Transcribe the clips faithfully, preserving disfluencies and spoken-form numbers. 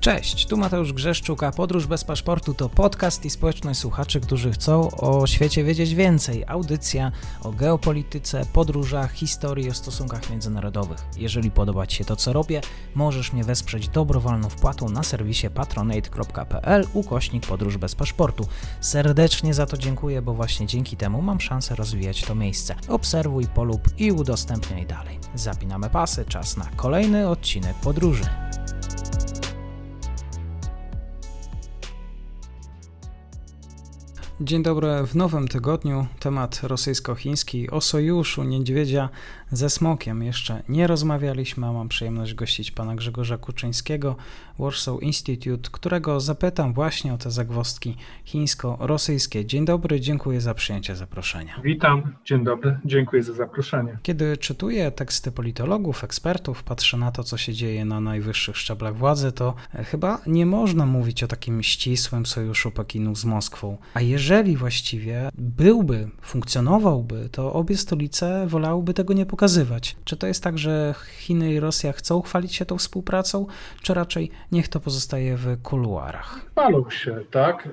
Cześć, tu Mateusz Grzeszczuk, a Podróż bez paszportu to podcast i społeczność słuchaczy, którzy chcą o świecie wiedzieć więcej. Audycja o geopolityce, podróżach, historii, o stosunkach międzynarodowych. Jeżeli podoba Ci się to, co robię, możesz mnie wesprzeć dobrowolną wpłatą na serwisie patronate kropka p l ukośnik podróż bez paszportu. Serdecznie za to dziękuję, bo właśnie dzięki temu mam szansę rozwijać to miejsce. Obserwuj, polub i udostępniaj dalej. Zapinamy pasy, czas na kolejny odcinek podróży. Dzień dobry, w nowym tygodniu temat rosyjsko-chiński. O sojuszu niedźwiedzia ze smokiem jeszcze nie rozmawialiśmy, a mam przyjemność gościć pana Grzegorza Kuczyńskiego, Warsaw Institute, którego zapytam właśnie o te zagwozdki chińsko-rosyjskie. Dzień dobry, dziękuję za przyjęcie zaproszenia. Witam, dzień dobry, dziękuję za zaproszenie. Kiedy czytuję teksty politologów, ekspertów, patrzę na to, co się dzieje na najwyższych szczeblach władzy, to chyba nie można mówić o takim ścisłym sojuszu Pekinu z Moskwą. A jeżeli właściwie byłby, funkcjonowałby, to obie stolice wolałyby tego nie pokazywać. Czy to jest tak, że Chiny i Rosja chcą chwalić się tą współpracą, czy raczej niech to pozostaje w kuluarach? Chwalą się, tak.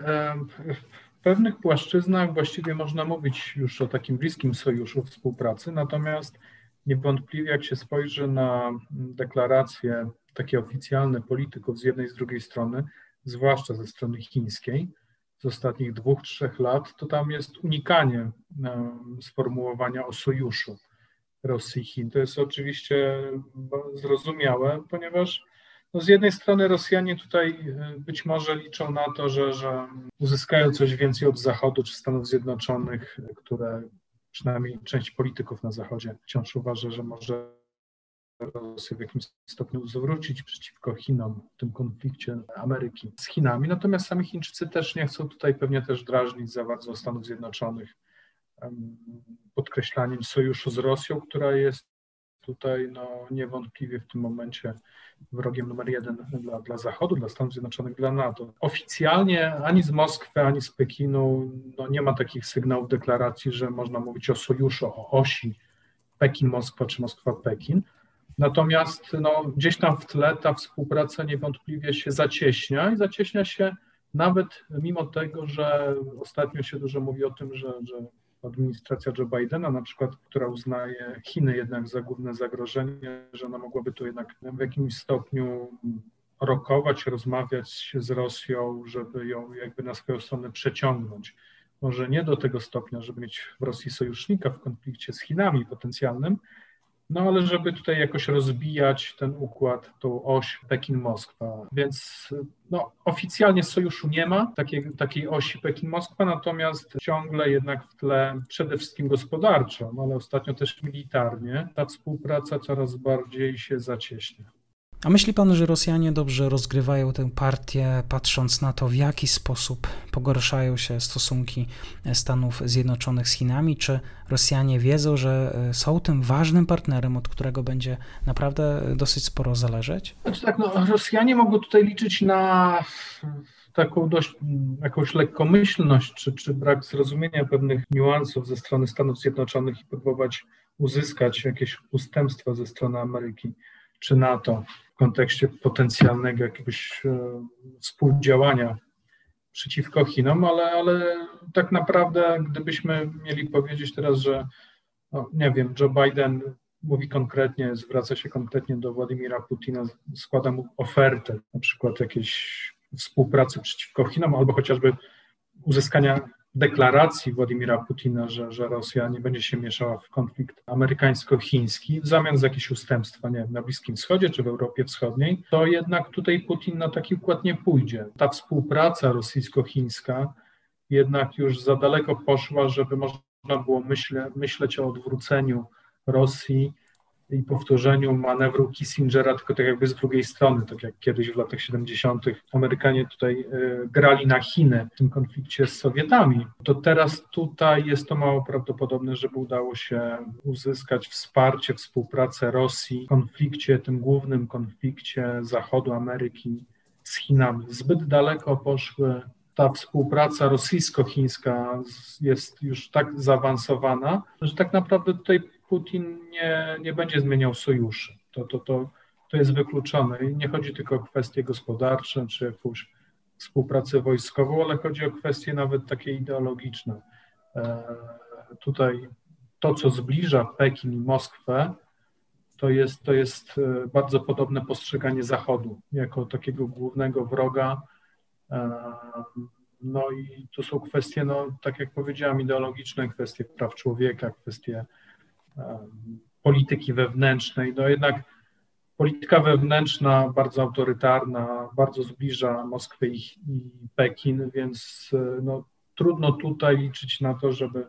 W pewnych płaszczyznach właściwie można mówić już o takim bliskim sojuszu współpracy, natomiast niewątpliwie jak się spojrzy na deklaracje takie oficjalne polityków z jednej i z drugiej strony, zwłaszcza ze strony chińskiej, z ostatnich dwóch, trzech lat, to tam jest unikanie sformułowania o sojuszu Rosji i Chin. To jest oczywiście zrozumiałe, ponieważ no z jednej strony Rosjanie tutaj być może liczą na to, że, że uzyskają coś więcej od Zachodu czy Stanów Zjednoczonych, które przynajmniej część polityków na Zachodzie wciąż uważa, że może Rosję w jakimś stopniu zwrócić przeciwko Chinom w tym konflikcie Ameryki z Chinami. Natomiast sami Chińczycy też nie chcą tutaj pewnie też drażnić za bardzo Stanów Zjednoczonych podkreślaniem sojuszu z Rosją, która jest tutaj no, niewątpliwie w tym momencie wrogiem numer jeden dla, dla Zachodu, dla Stanów Zjednoczonych, dla NATO. Oficjalnie ani z Moskwy, ani z Pekinu no, nie ma takich sygnałów deklaracji, że można mówić o sojuszu, o osi Pekin-Moskwa czy Moskwa-Pekin. Natomiast no, gdzieś tam w tle ta współpraca niewątpliwie się zacieśnia i zacieśnia się nawet mimo tego, że ostatnio się dużo mówi o tym, że, że administracja Joe Bidena na przykład, która uznaje Chiny jednak za główne zagrożenie, że ona mogłaby tu jednak w jakimś stopniu rokować, rozmawiać z Rosją, żeby ją jakby na swoją stronę przeciągnąć. Może nie do tego stopnia, żeby mieć w Rosji sojusznika w konflikcie z Chinami potencjalnym, no ale żeby tutaj jakoś rozbijać ten układ, tą oś Pekin-Moskwa. Więc no, oficjalnie sojuszu nie ma takiej, takiej osi Pekin-Moskwa, natomiast ciągle jednak w tle przede wszystkim gospodarczo, ale ostatnio też militarnie ta współpraca coraz bardziej się zacieśnia. A myśli pan, że Rosjanie dobrze rozgrywają tę partię, patrząc na to, w jaki sposób pogarszają się stosunki Stanów Zjednoczonych z Chinami? Czy Rosjanie wiedzą, że są tym ważnym partnerem, od którego będzie naprawdę dosyć sporo zależeć? Znaczy tak, no, Rosjanie mogą tutaj liczyć na taką dość jakąś lekkomyślność, czy, czy brak zrozumienia pewnych niuansów ze strony Stanów Zjednoczonych i próbować uzyskać jakieś ustępstwa ze strony Ameryki czy NATO w kontekście potencjalnego jakiegoś e, współdziałania przeciwko Chinom, ale, ale tak naprawdę gdybyśmy mieli powiedzieć teraz, że no, nie wiem, Joe Biden mówi konkretnie, zwraca się konkretnie do Władimira Putina, składa mu ofertę na przykład jakiejś współpracy przeciwko Chinom albo chociażby uzyskania deklaracji Władimira Putina, że, że Rosja nie będzie się mieszała w konflikt amerykańsko-chiński w zamian za jakieś ustępstwa, nie wiem, na Bliskim Wschodzie czy w Europie Wschodniej, to jednak tutaj Putin na taki układ nie pójdzie. Ta współpraca rosyjsko-chińska jednak już za daleko poszła, żeby można było myśle, myśleć o odwróceniu Rosji i powtórzeniu manewru Kissingera, tylko tak jakby z drugiej strony, tak jak kiedyś w latach siedemdziesiątych Amerykanie tutaj y, grali na Chiny w tym konflikcie z Sowietami, to teraz tutaj jest to mało prawdopodobne, żeby udało się uzyskać wsparcie, współpracę Rosji w konflikcie, tym głównym konflikcie Zachodu, Ameryki z Chinami. Zbyt daleko poszły. Ta współpraca rosyjsko-chińska jest już tak zaawansowana, że tak naprawdę tutaj Putin nie, nie będzie zmieniał sojuszy. To, to, to, to jest wykluczone. I nie chodzi tylko o kwestie gospodarcze czy jakąś współpracę wojskową, ale chodzi o kwestie nawet takie ideologiczne. Tutaj to, co zbliża Pekin i Moskwę, to jest, to jest bardzo podobne postrzeganie Zachodu jako takiego głównego wroga. No i tu są kwestie, no, tak jak powiedziałem, ideologiczne, kwestie praw człowieka, kwestie polityki wewnętrznej. No jednak polityka wewnętrzna, bardzo autorytarna, bardzo zbliża Moskwę i, i Pekin, więc no, trudno tutaj liczyć na to, żeby,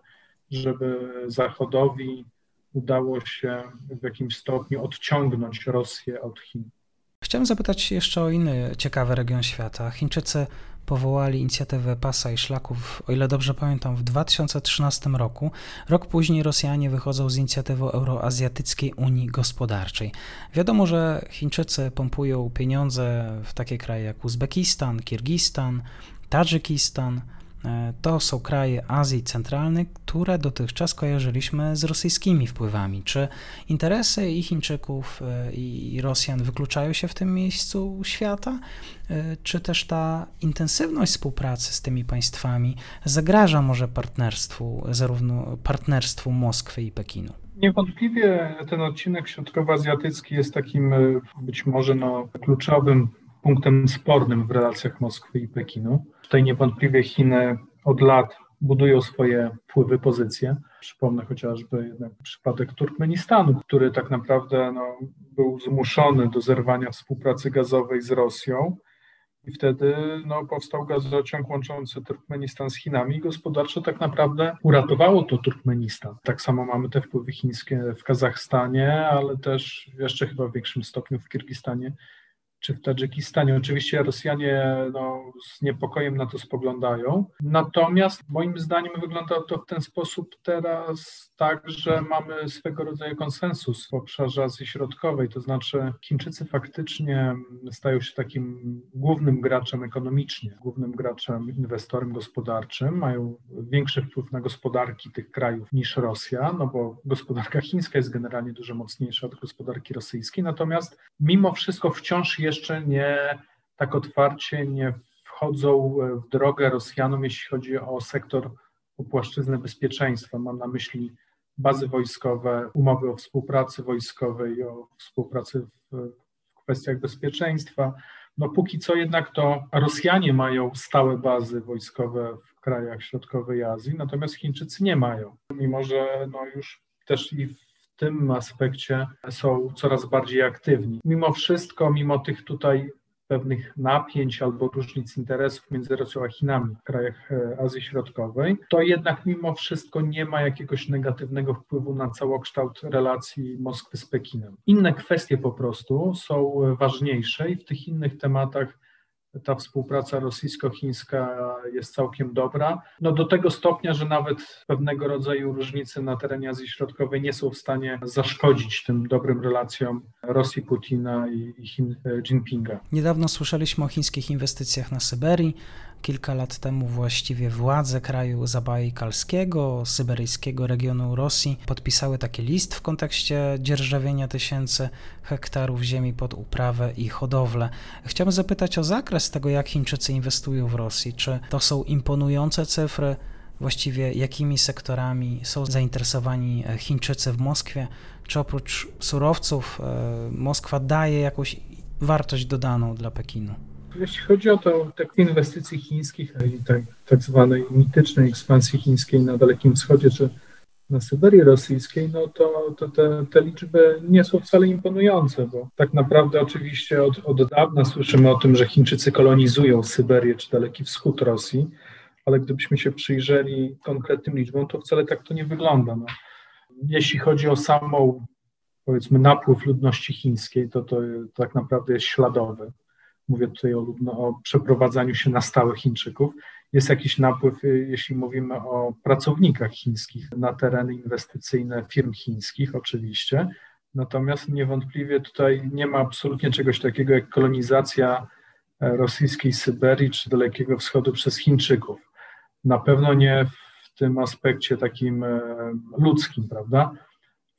żeby Zachodowi udało się w jakimś stopniu odciągnąć Rosję od Chin. Chciałem zapytać jeszcze o inny ciekawy region świata. Chińczycy powołali inicjatywę Pasa i Szlaków, o ile dobrze pamiętam, w dwa tysiące trzynastym roku. Rok później Rosjanie wychodzą z inicjatywą Euroazjatyckiej Unii Gospodarczej. Wiadomo, że Chińczycy pompują pieniądze w takie kraje jak Uzbekistan, Kirgistan, Tadżykistan. To są kraje Azji Centralnej, które dotychczas kojarzyliśmy z rosyjskimi wpływami. Czy interesy i Chińczyków, i Rosjan wykluczają się w tym miejscu świata? Czy też ta intensywność współpracy z tymi państwami zagraża może partnerstwu, zarówno partnerstwu Moskwy i Pekinu? Niewątpliwie ten odcinek środkowoazjatycki jest takim być może no, kluczowym punktem spornym w relacjach Moskwy i Pekinu. Tutaj niewątpliwie Chiny od lat budują swoje wpływy, pozycje. Przypomnę chociażby jednak przypadek Turkmenistanu, który tak naprawdę no, był zmuszony do zerwania współpracy gazowej z Rosją i wtedy no, powstał gazociąg łączący Turkmenistan z Chinami i gospodarczo tak naprawdę uratowało to Turkmenistan. Tak samo mamy te wpływy chińskie w Kazachstanie, ale też jeszcze chyba w większym stopniu w Kirgistanie czy w Tadżykistanie. Oczywiście Rosjanie no, z niepokojem na to spoglądają. Natomiast moim zdaniem wygląda to w ten sposób teraz tak, że mamy swego rodzaju konsensus w obszarze Azji Środkowej. To znaczy Chińczycy faktycznie stają się takim głównym graczem ekonomicznie, głównym graczem, inwestorem gospodarczym. Mają większy wpływ na gospodarki tych krajów niż Rosja, no bo gospodarka chińska jest generalnie dużo mocniejsza od gospodarki rosyjskiej. Natomiast mimo wszystko wciąż jest jeszcze nie tak otwarcie nie wchodzą w drogę Rosjanom, jeśli chodzi o sektor, o płaszczyznę bezpieczeństwa. Mam na myśli bazy wojskowe, umowy o współpracy wojskowej, o współpracy w, w kwestiach bezpieczeństwa. No póki co jednak to Rosjanie mają stałe bazy wojskowe w krajach środkowej Azji, natomiast Chińczycy nie mają, mimo że no już też i w W tym aspekcie są coraz bardziej aktywni. Mimo wszystko, mimo tych tutaj pewnych napięć albo różnic interesów między Rosją a Chinami w krajach Azji Środkowej, to jednak mimo wszystko nie ma jakiegoś negatywnego wpływu na całokształt relacji Moskwy z Pekinem. Inne kwestie po prostu są ważniejsze i w tych innych tematach ta współpraca rosyjsko-chińska jest całkiem dobra. No do tego stopnia, że nawet pewnego rodzaju różnice na terenie Azji Środkowej nie są w stanie zaszkodzić tym dobrym relacjom Rosji Putina i Chin Jinpinga. Niedawno słyszeliśmy o chińskich inwestycjach na Syberii. Kilka lat temu właściwie władze kraju zabajkalskiego, syberyjskiego regionu Rosji podpisały taki list w kontekście dzierżawienia tysięcy hektarów ziemi pod uprawę i hodowlę. Chciałbym zapytać o zakres tego, jak Chińczycy inwestują w Rosji. Czy to są imponujące cyfry? Właściwie jakimi sektorami są zainteresowani Chińczycy w Moskwie? Czy oprócz surowców Moskwa daje jakąś wartość dodaną dla Pekinu? Jeśli chodzi o to, te inwestycje chińskich i tak, tak zwanej mitycznej ekspansji chińskiej na Dalekim Wschodzie czy na Syberii rosyjskiej, no to, to te, te liczby nie są wcale imponujące, bo tak naprawdę oczywiście od, od dawna słyszymy o tym, że Chińczycy kolonizują Syberię czy Daleki Wschód Rosji, ale gdybyśmy się przyjrzeli konkretnym liczbom, to wcale tak to nie wygląda. No. Jeśli chodzi o samą, powiedzmy, napływ ludności chińskiej, to to tak naprawdę jest śladowy. Mówię tutaj o, o przeprowadzaniu się na stałe Chińczyków. Jest jakiś napływ, jeśli mówimy o pracownikach chińskich na tereny inwestycyjne firm chińskich oczywiście, natomiast niewątpliwie tutaj nie ma absolutnie czegoś takiego jak kolonizacja rosyjskiej Syberii czy Dalekiego Wschodu przez Chińczyków. Na pewno nie w tym aspekcie takim ludzkim, prawda?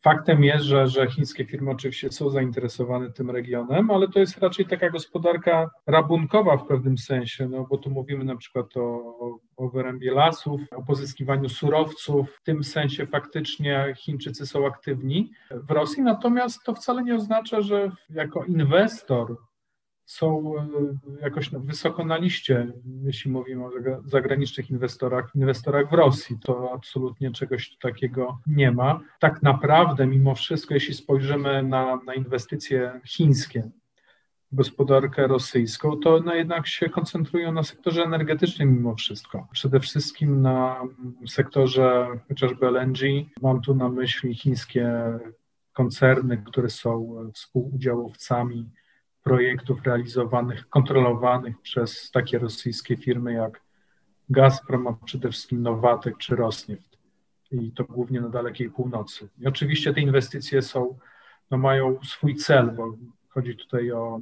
Faktem jest, że, że chińskie firmy oczywiście są zainteresowane tym regionem, ale to jest raczej taka gospodarka rabunkowa w pewnym sensie, no bo tu mówimy na przykład o, o wyrębie lasów, o pozyskiwaniu surowców. W tym sensie faktycznie Chińczycy są aktywni w Rosji, natomiast to wcale nie oznacza, że jako inwestor są jakoś wysoko na liście, jeśli mówimy o zagranicznych inwestorach, inwestorach w Rosji. To absolutnie czegoś takiego nie ma. Tak naprawdę, mimo wszystko, jeśli spojrzymy na, na inwestycje chińskie, gospodarkę rosyjską, to one jednak się koncentrują na sektorze energetycznym mimo wszystko. Przede wszystkim na sektorze chociażby L N G. Mam tu na myśli chińskie koncerny, które są współudziałowcami projektów realizowanych, kontrolowanych przez takie rosyjskie firmy jak Gazprom, a przede wszystkim Nowatek czy Rosneft. I to głównie na dalekiej północy. I oczywiście te inwestycje są, no mają swój cel, bo chodzi tutaj o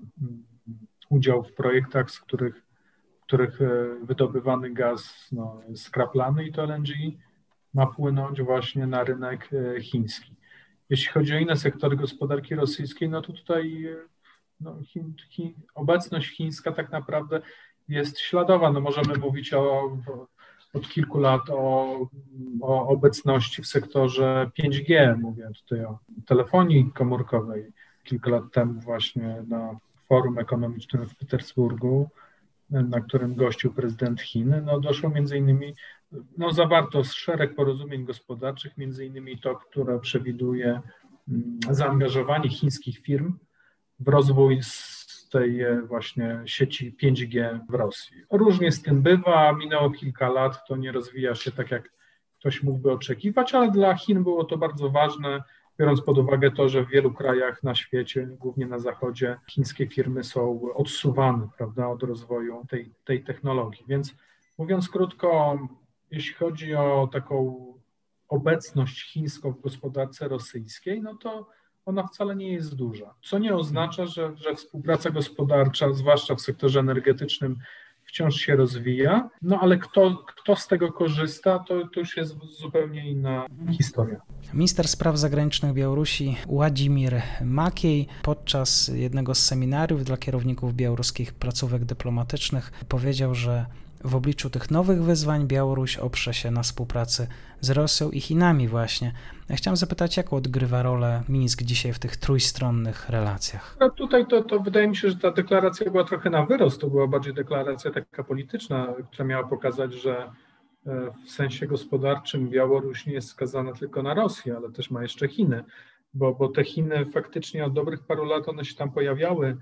udział w projektach, z których, których wydobywany gaz no, jest skraplany i to L N G ma płynąć właśnie na rynek chiński. Jeśli chodzi o inne sektory gospodarki rosyjskiej, no to tutaj No, Chin, Chin, obecność chińska tak naprawdę jest śladowa. No, możemy mówić o, o, od kilku lat o, o obecności w sektorze pięć G. Mówię tutaj o telefonii komórkowej. Kilka lat temu właśnie na forum ekonomicznym w Petersburgu, na którym gościł prezydent Chin, no, doszło między innymi, no, zawarto szereg porozumień gospodarczych, między innymi to, które przewiduje zaangażowanie chińskich firm w rozwój z tej właśnie sieci pięć G w Rosji. Różnie z tym bywa, minęło kilka lat, to nie rozwija się tak, jak ktoś mógłby oczekiwać, ale dla Chin było to bardzo ważne, biorąc pod uwagę to, że w wielu krajach na świecie, głównie na zachodzie, chińskie firmy są odsuwane, prawda, od rozwoju tej, tej technologii. Więc mówiąc krótko, jeśli chodzi o taką obecność chińską w gospodarce rosyjskiej, no to ona wcale nie jest duża, co nie oznacza, że, że współpraca gospodarcza, zwłaszcza w sektorze energetycznym, wciąż się rozwija, no ale kto, kto z tego korzysta, to, to już jest zupełnie inna historia. Minister spraw zagranicznych Białorusi Władimir Makiej podczas jednego z seminariów dla kierowników białoruskich placówek dyplomatycznych powiedział, że w obliczu tych nowych wyzwań Białoruś oprze się na współpracy z Rosją i Chinami właśnie. Ja chciałem zapytać, jaką odgrywa rolę Mińsk dzisiaj w tych trójstronnych relacjach? No tutaj to, to wydaje mi się, że ta deklaracja była trochę na wyrost, to była bardziej deklaracja taka polityczna, która miała pokazać, że w sensie gospodarczym Białoruś nie jest skazana tylko na Rosję, ale też ma jeszcze Chiny, bo, bo te Chiny faktycznie od dobrych paru lat one się tam pojawiały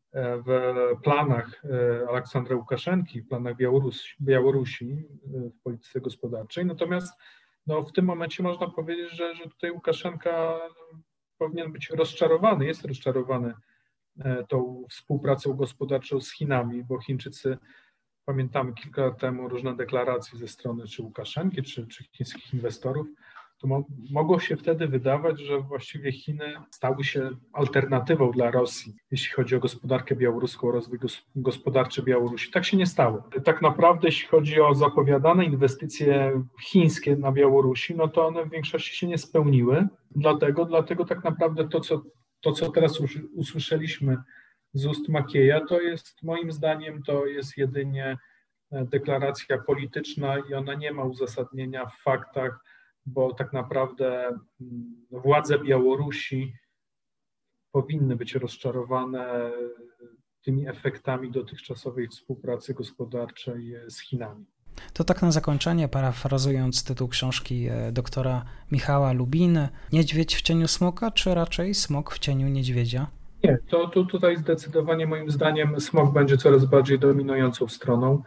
w planach Aleksandra Łukaszenki, w planach Białorusi, Białorusi w polityce gospodarczej. Natomiast no, w tym momencie można powiedzieć, że, że tutaj Łukaszenka powinien być rozczarowany, jest rozczarowany tą współpracą gospodarczą z Chinami, bo Chińczycy, pamiętamy kilka lat temu różne deklaracje ze strony czy Łukaszenki, czy, czy chińskich inwestorów, to mo- mogło się wtedy wydawać, że właściwie Chiny stały się alternatywą dla Rosji, jeśli chodzi o gospodarkę białoruską, o rozwój gos- gospodarczy Białorusi. Tak się nie stało. Tak naprawdę, jeśli chodzi o zapowiadane inwestycje chińskie na Białorusi, no to one w większości się nie spełniły. Dlatego, dlatego tak naprawdę to, co, to, co teraz już usłyszeliśmy z ust Makieja, to jest moim zdaniem to jest jedynie deklaracja polityczna i ona nie ma uzasadnienia w faktach, bo tak naprawdę władze Białorusi powinny być rozczarowane tymi efektami dotychczasowej współpracy gospodarczej z Chinami. To tak na zakończenie, parafrazując tytuł książki doktora Michała Lubiny, Niedźwiedź w cieniu smoka, czy raczej smok w cieniu niedźwiedzia? Nie, to, to tutaj zdecydowanie moim zdaniem smok będzie coraz bardziej dominującą stroną.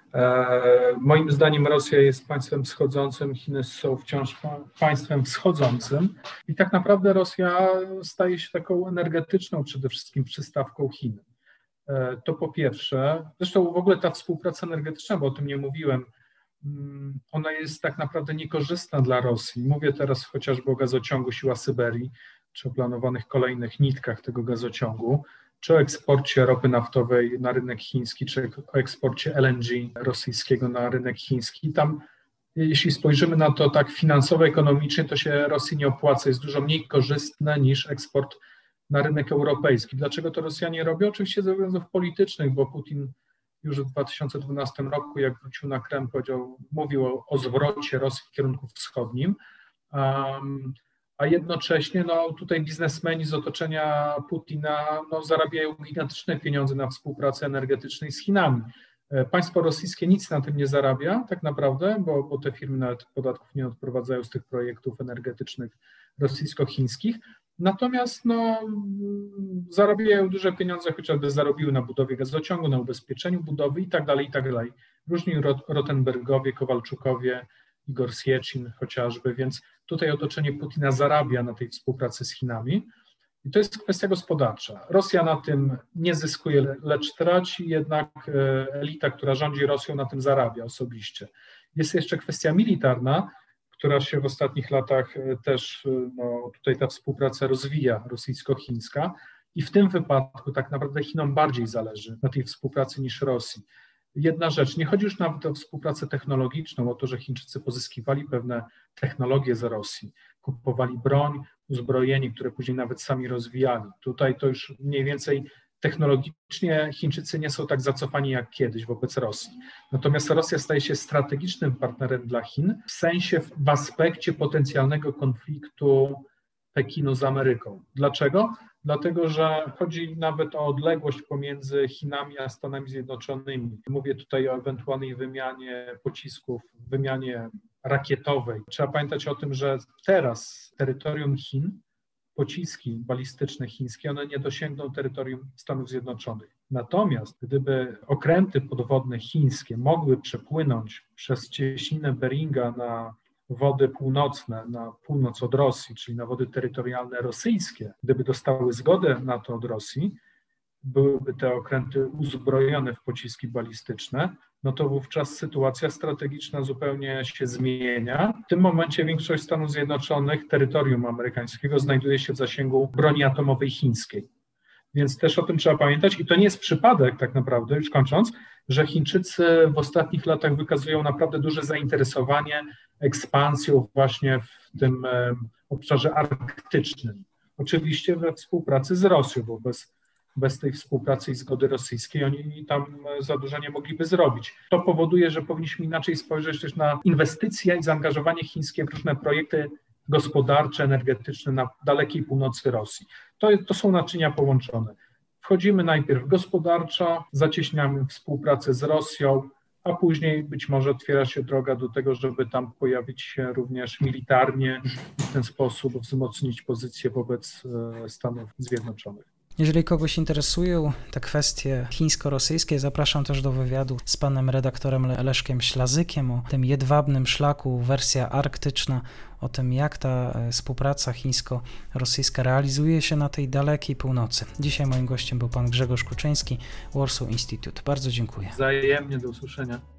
E, moim zdaniem Rosja jest państwem wschodzącym, Chiny są wciąż państwem wschodzącym i tak naprawdę Rosja staje się taką energetyczną przede wszystkim przystawką Chin. E, to po pierwsze, zresztą w ogóle ta współpraca energetyczna, bo o tym nie mówiłem, ona jest tak naprawdę niekorzystna dla Rosji. Mówię teraz chociażby o gazociągu Siła Syberii, czy o planowanych kolejnych nitkach tego gazociągu, czy o eksporcie ropy naftowej na rynek chiński, czy o eksporcie L N G rosyjskiego na rynek chiński. Tam jeśli spojrzymy na to tak finansowo, ekonomicznie, to się Rosji nie opłaca, jest dużo mniej korzystne niż eksport na rynek europejski. Dlaczego to Rosjanie robią? Oczywiście ze względów politycznych, bo Putin już w dwa tysiące dwunastym roku, jak wrócił na Kreml, powiedział, mówił o, o zwrocie Rosji w kierunku wschodnim, um, a jednocześnie no, tutaj biznesmeni z otoczenia Putina no, zarabiają gigantyczne pieniądze na współpracę energetycznej z Chinami. Państwo rosyjskie nic na tym nie zarabia tak naprawdę, bo, bo te firmy nawet podatków nie odprowadzają z tych projektów energetycznych rosyjsko-chińskich. Natomiast no, zarabiają duże pieniądze, chociażby zarobiły na budowie gazociągu, na ubezpieczeniu budowy i tak dalej, i tak dalej. Różni Rotenbergowie, Kowalczukowie, Igor Sieczin chociażby, więc tutaj otoczenie Putina zarabia na tej współpracy z Chinami. I to jest kwestia gospodarcza. Rosja na tym nie zyskuje, lecz traci, jednak elita, która rządzi Rosją, na tym zarabia osobiście. Jest jeszcze kwestia militarna, która się w ostatnich latach też, no, tutaj ta współpraca rozwija, rosyjsko-chińska, i w tym wypadku tak naprawdę Chinom bardziej zależy na tej współpracy niż Rosji. Jedna rzecz, nie chodzi już nawet o współpracę technologiczną, o to, że Chińczycy pozyskiwali pewne technologie z Rosji, kupowali broń, uzbrojenie, które później nawet sami rozwijali. Tutaj to już mniej więcej technologicznie Chińczycy nie są tak zacofani jak kiedyś wobec Rosji. Natomiast Rosja staje się strategicznym partnerem dla Chin w sensie, w aspekcie potencjalnego konfliktu Pekinu z Ameryką. Dlaczego? Dlatego, że chodzi nawet o odległość pomiędzy Chinami a Stanami Zjednoczonymi. Mówię tutaj o ewentualnej wymianie pocisków, wymianie rakietowej. Trzeba pamiętać o tym, że teraz terytorium Chin, pociski balistyczne chińskie, one nie dosięgną terytorium Stanów Zjednoczonych. Natomiast gdyby okręty podwodne chińskie mogły przepłynąć przez cieśninę Beringa na wody północne, na północ od Rosji, czyli na wody terytorialne rosyjskie, gdyby dostały zgodę na to od Rosji, byłyby te okręty uzbrojone w pociski balistyczne, no to wówczas sytuacja strategiczna zupełnie się zmienia. W tym momencie większość Stanów Zjednoczonych, terytorium amerykańskiego, znajduje się w zasięgu broni atomowej chińskiej. Więc też o tym trzeba pamiętać i to nie jest przypadek tak naprawdę, już kończąc, że Chińczycy w ostatnich latach wykazują naprawdę duże zainteresowanie ekspansją właśnie w tym obszarze arktycznym. Oczywiście we współpracy z Rosją, bo bez, bez tej współpracy i zgody rosyjskiej oni tam za dużo nie mogliby zrobić. To powoduje, że powinniśmy inaczej spojrzeć też na inwestycje i zaangażowanie chińskie w różne projekty gospodarcze, energetyczne na dalekiej północy Rosji. To, to są naczynia połączone. Wchodzimy najpierw gospodarczo, zacieśniamy współpracę z Rosją, a później być może otwiera się droga do tego, żeby tam pojawić się również militarnie i w ten sposób wzmocnić pozycję wobec Stanów Zjednoczonych. Jeżeli kogoś interesują te kwestie chińsko-rosyjskie, zapraszam też do wywiadu z panem redaktorem Leszkiem Ślazykiem o tym jedwabnym szlaku, wersja arktyczna, o tym, jak ta współpraca chińsko-rosyjska realizuje się na tej dalekiej północy. Dzisiaj moim gościem był pan Grzegorz Kuczyński, Warsaw Institute. Bardzo dziękuję. Wzajemnie, do usłyszenia.